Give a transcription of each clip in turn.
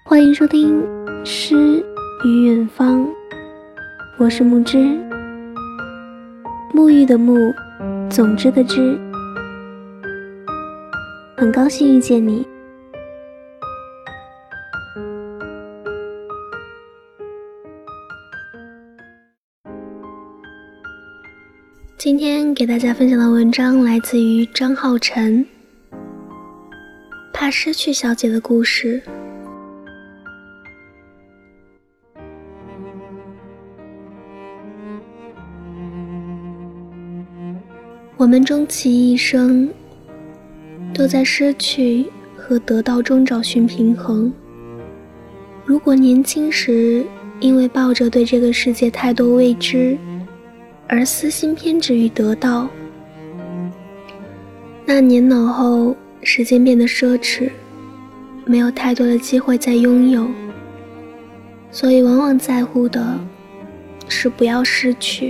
欢迎收听诗与远方，我是木之，沐浴的沐，总之的之，很高兴遇见你。今天给大家分享的文章来自于张浩晨，怕失去小姐的故事。我们终其一生都在失去和得到中找寻平衡。如果年轻时因为抱着对这个世界太多未知而私心偏执于得到，那年老后时间变得奢侈，没有太多的机会再拥有，所以往往在乎的是不要失去。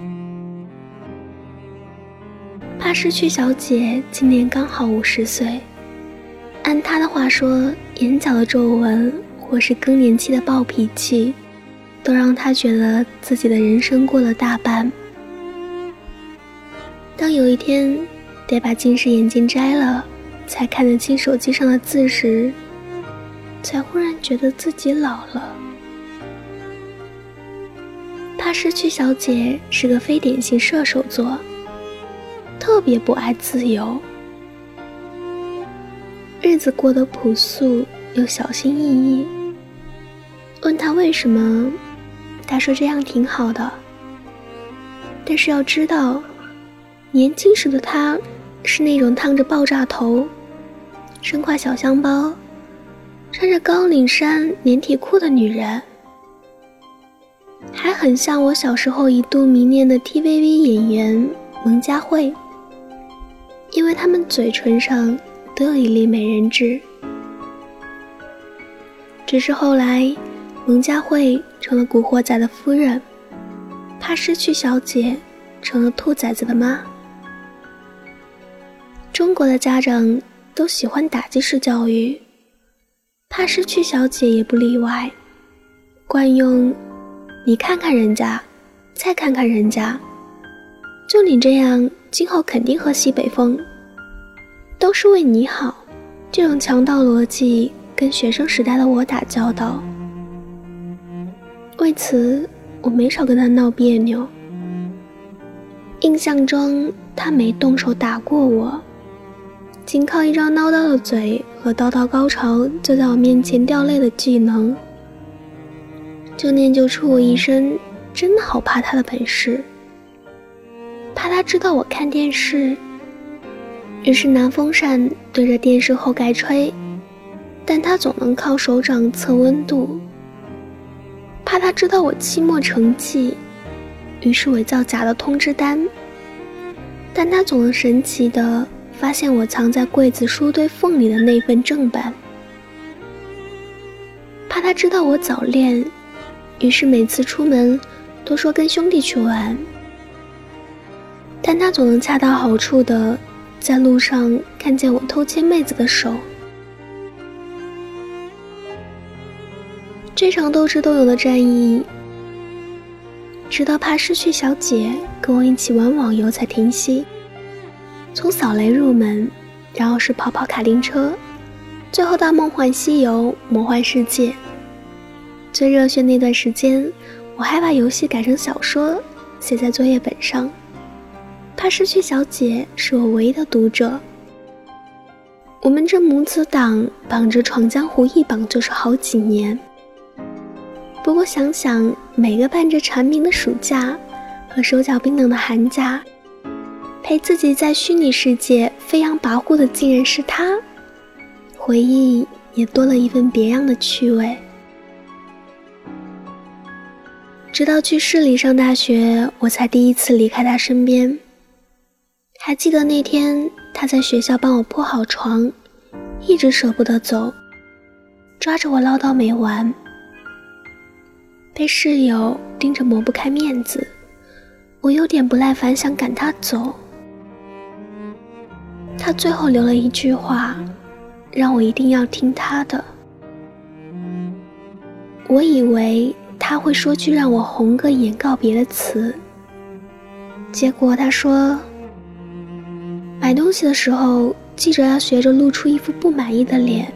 怕失去小姐今年刚好50岁，按她的话说，眼角的皱纹或是更年期的暴脾气都让她觉得自己的人生过了大半。当有一天得把近视眼镜摘了才看得清手机上的字时，才忽然觉得自己老了。怕失去小姐是个非典型射手座，特别不爱自由，日子过得朴素又小心翼翼。问他为什么，他说这样挺好的。但是要知道，年轻时的他是那种烫着爆炸头，身挎小香包，穿着高领衫连体裤的女人，还很像我小时候一度迷恋的 TVB 演员蒙嘉慧，因为他们嘴唇上都有一粒美人痣。只是后来蒙嘉慧成了古惑仔的夫人，怕失去小姐成了兔崽子的妈。中国的家长都喜欢打击式教育，怕失去小姐也不例外，惯用你看看人家，再看看人家，就你这样今后肯定喝西北风，都是为你好。这种强盗逻辑跟学生时代的我打交道，为此我没少跟他闹别扭。印象中他没动手打过我，仅靠一张唠叨的嘴和叨叨高潮就在我面前掉泪的技能，就练就出我一身真的好怕他的本事。怕他知道我看电视，于是拿风扇对着电视后盖吹，但他总能靠手掌测温度。怕他知道我期末成绩，于是伪造假的通知单，但他总能神奇地发现我藏在柜子书堆缝里的那份正版。怕他知道我早恋，于是每次出门都说跟兄弟去玩，但他总能恰到好处地在路上看见我偷牵妹子的手。这场斗智斗勇的战役，直到怕失去小姐跟我一起玩网游才停息。从扫雷入门，然后是跑跑卡丁车，最后到梦幻西游、魔幻世界。最热血那段时间，我还把游戏改成小说写在作业本上。怕失去小姐是我唯一的读者。我们这母子党绑着闯江湖一绑就是好几年。不过想想每个伴着蝉鸣的暑假和手脚冰冷的寒假，陪自己在虚拟世界飞扬跋扈的竟然是他，回忆也多了一份别样的趣味。直到去市里上大学，我才第一次离开他身边。还记得那天他在学校帮我铺好床，一直舍不得走，抓着我唠叨没完。被室友盯着抹不开面子，我有点不耐烦想赶他走。他最后留了一句话，让我一定要听他的。 我以为他会说句让我红个眼告别的词，结果他说，买东西的时候记着要学着露出一副不满意的脸。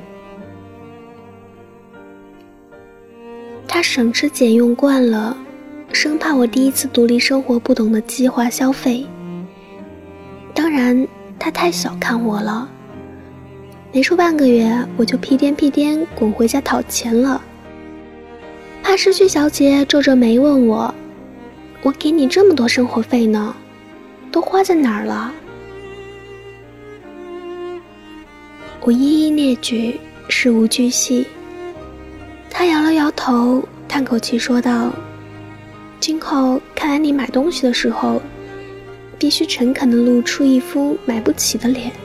他省吃俭用惯了，生怕我第一次独立生活不懂得计划消费。当然他太小看我了，没出半个月我就屁颠屁颠滚回家讨钱了。怕失去小姐皱着眉问我，我给你这么多生活费呢，都花在哪儿了？我一一列举，事无巨细。他摇了摇头，叹口气说道，今后看来你买东西的时候必须诚恳地露出一副买不起的脸。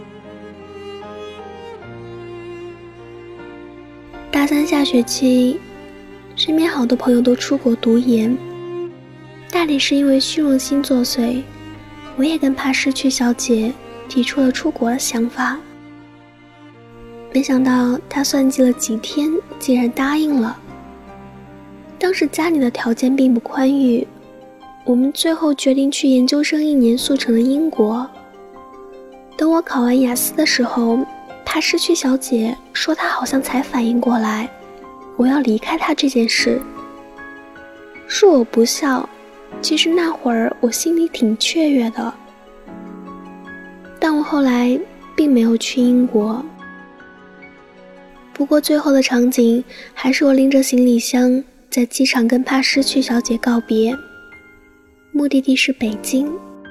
大三下学期，身边好多朋友都出国读研，大抵是因为虚荣心作祟，我也跟怕失去小姐提出了出国的想法。没想到她算计了几天，竟然答应了。当时家里的条件并不宽裕，我们最后决定去研究生1年速成的英国。等我考完雅思的时候，怕失去小姐说她好像才反应过来我要离开她这件事。恕我不孝，其实那会儿我心里挺雀跃的，但我后来并没有去英国。不过最后的场景还是我拎着行李箱在机场跟怕失去小姐告别，目的地是北京。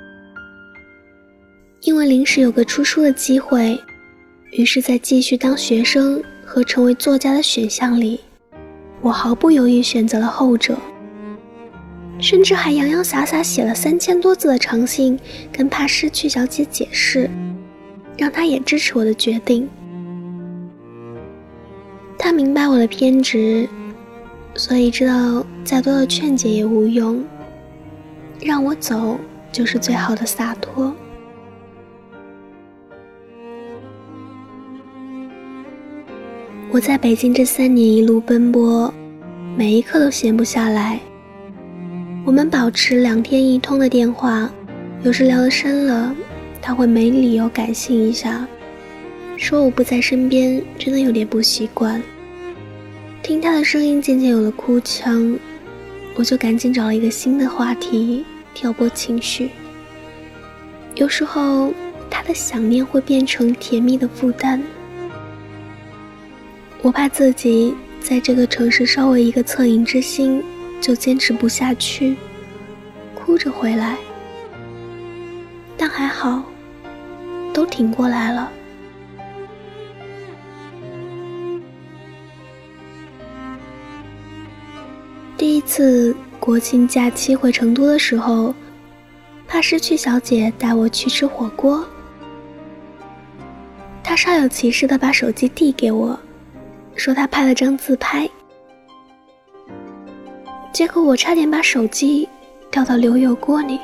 因为临时有个出书的机会，于是在继续当学生和成为作家的选项里，我毫不犹豫选择了后者，甚至还洋洋洒洒写了3000多字的长信跟怕失去小姐解释，让她也支持我的决定。她明白我的偏执，所以知道再多的劝解也无用，让我走就是最好的洒脱。我在北京这3年一路奔波，每一刻都闲不下来。我们保持2天1通的电话，有时聊得深了，他会没理由感性一下，说我不在身边真的有点不习惯。听他的声音渐渐有了哭腔，我就赶紧找了一个新的话题挑拨情绪。有时候他的想念会变成甜蜜的负担，我怕自己在这个城市稍微一个恻隐之心就坚持不下去，哭着回来。但还好，都挺过来了。第一次国庆假期回成都的时候，怕失去小姐带我去吃火锅。她稍有其事地把手机递给我，说她拍了张自拍，结果我差点把手机掉到流油锅里。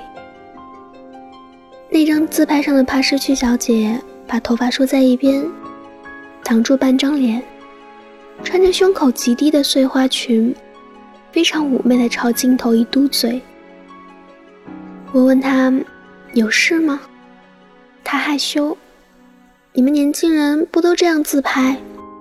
那张自拍上的怕失去小姐把头发梳在一边，挡住半张脸，穿着胸口极低的碎花裙，非常妩媚地朝镜头一嘟嘴。我问她有事吗？她害羞，你们年轻人不都这样自拍？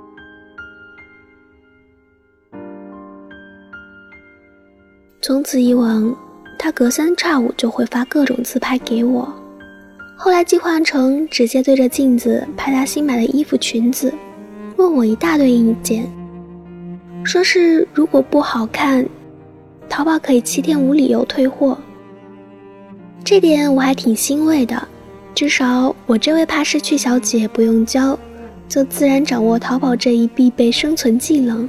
从此以往，她隔三差五就会发各种自拍给我，后来进化成直接对着镜子拍她新买的衣服裙子，问我一大堆意见，说是如果不好看，淘宝可以7天无理由退货。这点我还挺欣慰的，至少我这位怕失去小姐不用教，就自然掌握淘宝这一必备生存技能。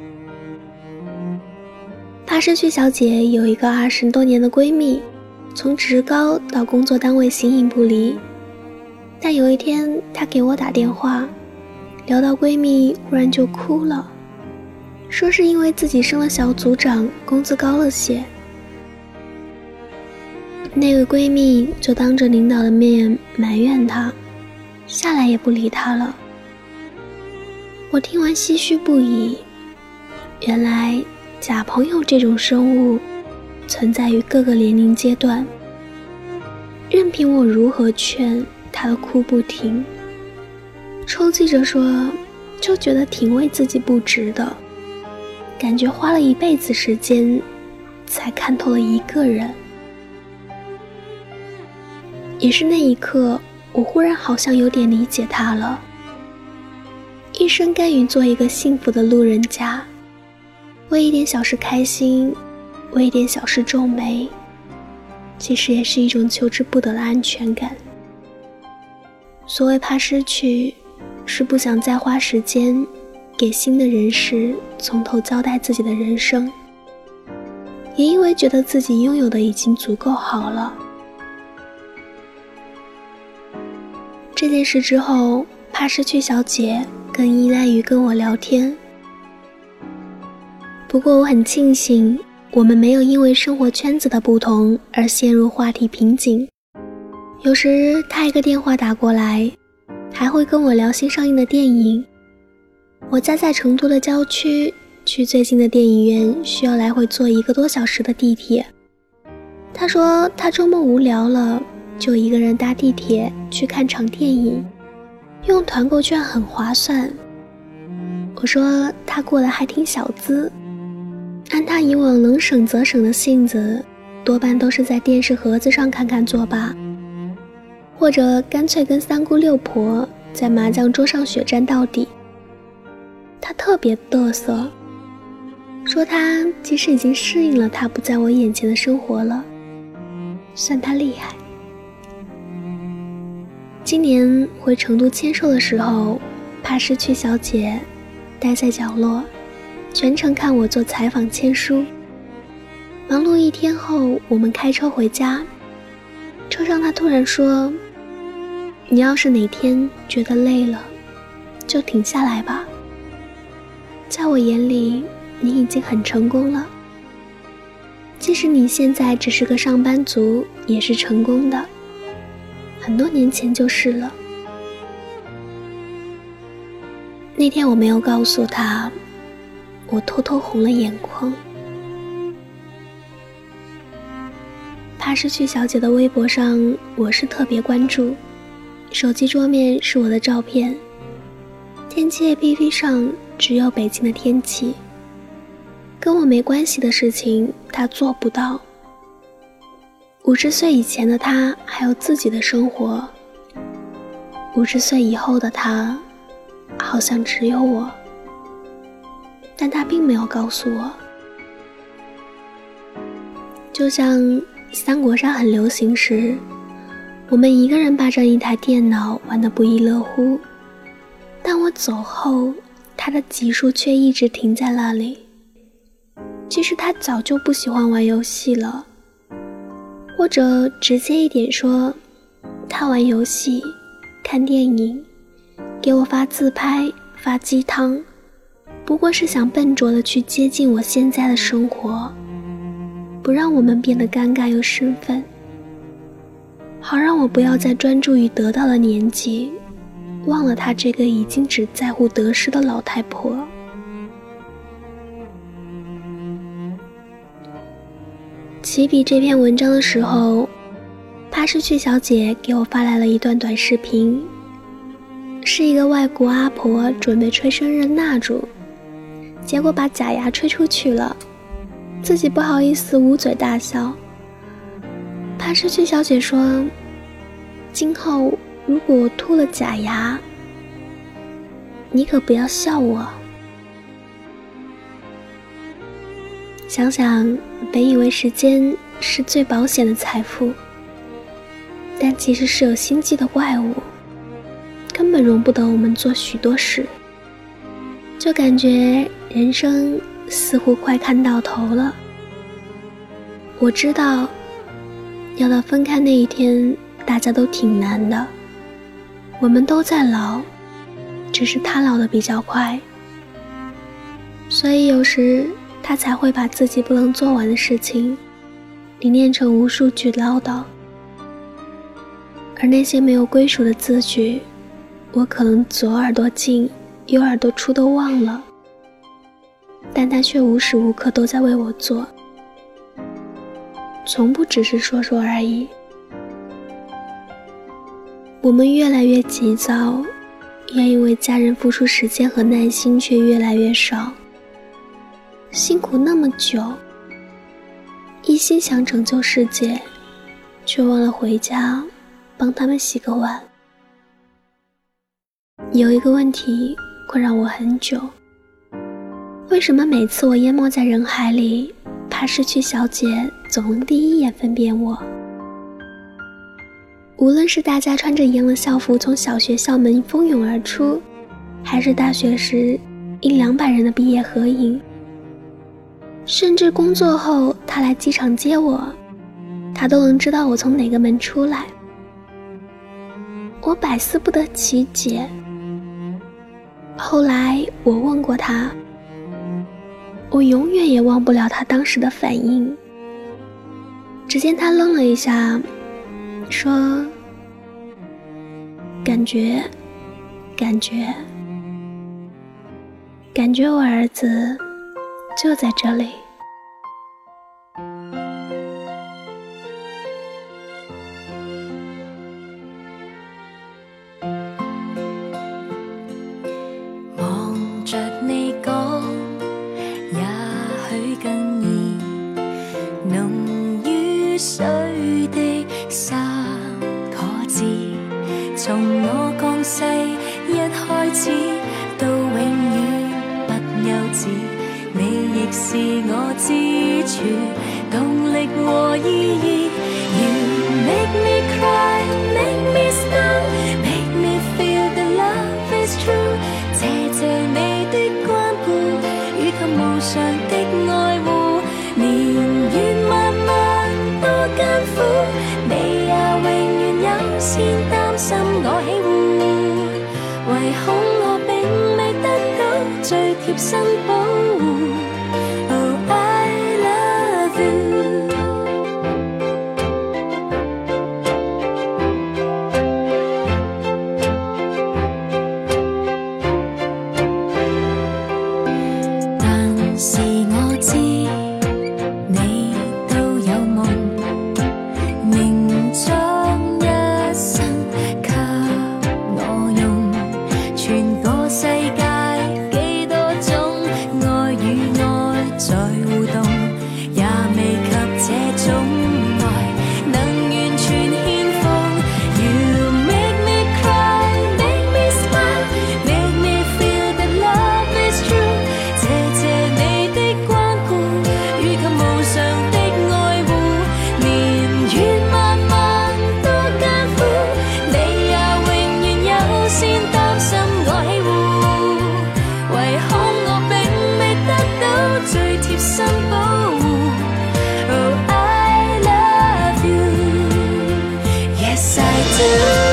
怕失去小姐有一个20多年的闺蜜，从职高到工作单位形影不离，但有一天她给我打电话，聊到闺蜜忽然就哭了，说是因为自己升了小组长，工资高了些。那位闺蜜就当着领导的面埋怨她，下来也不理她了。我听完唏嘘不已， 原来假朋友这种生物存在于各个年龄阶段，任凭我如何劝，他都哭不停。抽泣着说，就觉得挺为自己不值的，感觉花了一辈子时间才看透了一个人。也是那一刻，我忽然好像有点理解他了。一生甘于做一个幸福的路人甲，为一点小事开心，为一点小事皱眉，其实也是一种求之不得的安全感。所谓怕失去，是不想再花时间给新的人士从头交代自己的人生，也因为觉得自己拥有的已经足够好了。这件事之后，怕失去小姐更依赖于跟我聊天。不过我很庆幸，我们没有因为生活圈子的不同而陷入话题瓶颈。有时他一个电话打过来，还会跟我聊新上映的电影。我家在成都的郊区，去最近的电影院需要来回坐1个多小时的地铁。他说他周末无聊了，就一个人搭地铁去看场电影，用团购券很划算。我说他过得还挺小资，按他以往能省则省的性子，多半都是在电视盒子上看看作罢，或者干脆跟三姑六婆在麻将桌上血战到底。他特别嘚瑟，说他其实已经适应了他不在我眼前的生活了，算他厉害。今年回成都签售的时候，怕失去小姐待在角落，全程看我做采访签书。忙碌一天后，我们开车回家，车上他突然说，你要是哪天觉得累了，就停下来吧。在我眼里，你已经很成功了。即使你现在只是个上班族，也是成功的。很多年前就是了。那天我没有告诉他，我偷偷红了眼眶。怕失去小姐的微博上，我是特别关注，手机桌面是我的照片，天气 APP 上只有北京的天气，跟我没关系的事情他做不到。50岁以前的他还有自己的生活，50岁以后的他好像只有我，但他并没有告诉我。就像三国杀很流行时，我们一个人霸占一台电脑玩得不亦乐乎，但我走后，他的级数却一直停在那里。其实他早就不喜欢玩游戏了，或者直接一点说，他玩游戏、看电影，给我发自拍、发鸡汤，不过是想笨拙地去接近我现在的生活，不让我们变得尴尬又生分，好让我不要再专注于得到的年纪，忘了他这个已经只在乎得失的老太婆。起笔这篇文章的时候，怕失去小姐给我发来了一段短视频，是一个外国阿婆准备吹生日蜡烛，结果把假牙吹出去了，自己不好意思捂嘴大笑。怕失去小姐说，今后如果我秃了假牙，你可不要笑我。想想本以为时间是最保险的财富，但其实是有心机的怪物，根本容不得我们做许多事，就感觉人生似乎快看到头了。我知道要到分开那一天，大家都挺难的，我们都在老，只是他老得比较快，所以有时他才会把自己不能做完的事情凝练成无数句唠叨，而那些没有归属的字句，我可能左耳朵进右耳朵出都忘了， 但他却无时无刻都在为我做，从不只是说说而已。我们越来越急躁，愿意为家人付出时间和耐心却越来越少。辛苦那么久，一心想拯救世界，却忘了回家帮他们洗个碗。有一个问题困扰我很久，为什么每次我淹没在人海里，怕失去小姐总能第一眼分辨我？无论是大家穿着英文校服从小学校门蜂拥而出，还是大学时100-200人的毕业合影，甚至工作后他来机场接我，他都能知道我从哪个门出来。我百思不得其解。后来我问过他，我永远也忘不了他当时的反应。只见他愣了一下，说：感觉我儿子就在这里。 望着你講，也許更易濃於水的三個字，從我降世一開始到永遠不休止，你亦是我支柱，動力和意義。You make me cry, make me smile, make me feel that love is true。謝謝你的關顧，以及無常的愛護，年月漫漫多艱苦，你也永遠優先擔心我喜惡，唯恐我並未得到最貼身保護。Oh, I love you。但是我知你都有夢，凝將一生給我用，全個世界幾多種愛與愛在互動，也未及這種愛能完全獻奉。You make me cry, make me smile, make me feel that love is true。謝謝你的關顧，以及無常的愛護，年月漫漫多艱苦，你也永遠優先擔心我喜惡，唯恐我並未得到最貼身保護。Oh, I love you, yes I do。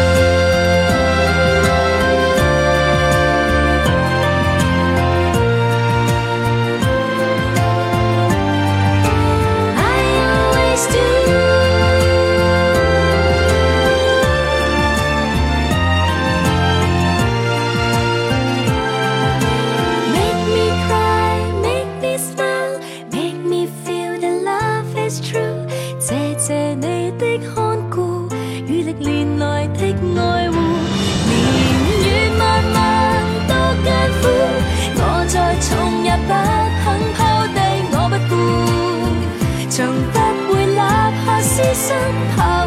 謝你的看顧與歷年來的愛護，年月漫漫多艱苦，我再重也不肯拋低我不顧，從不會立下私心拋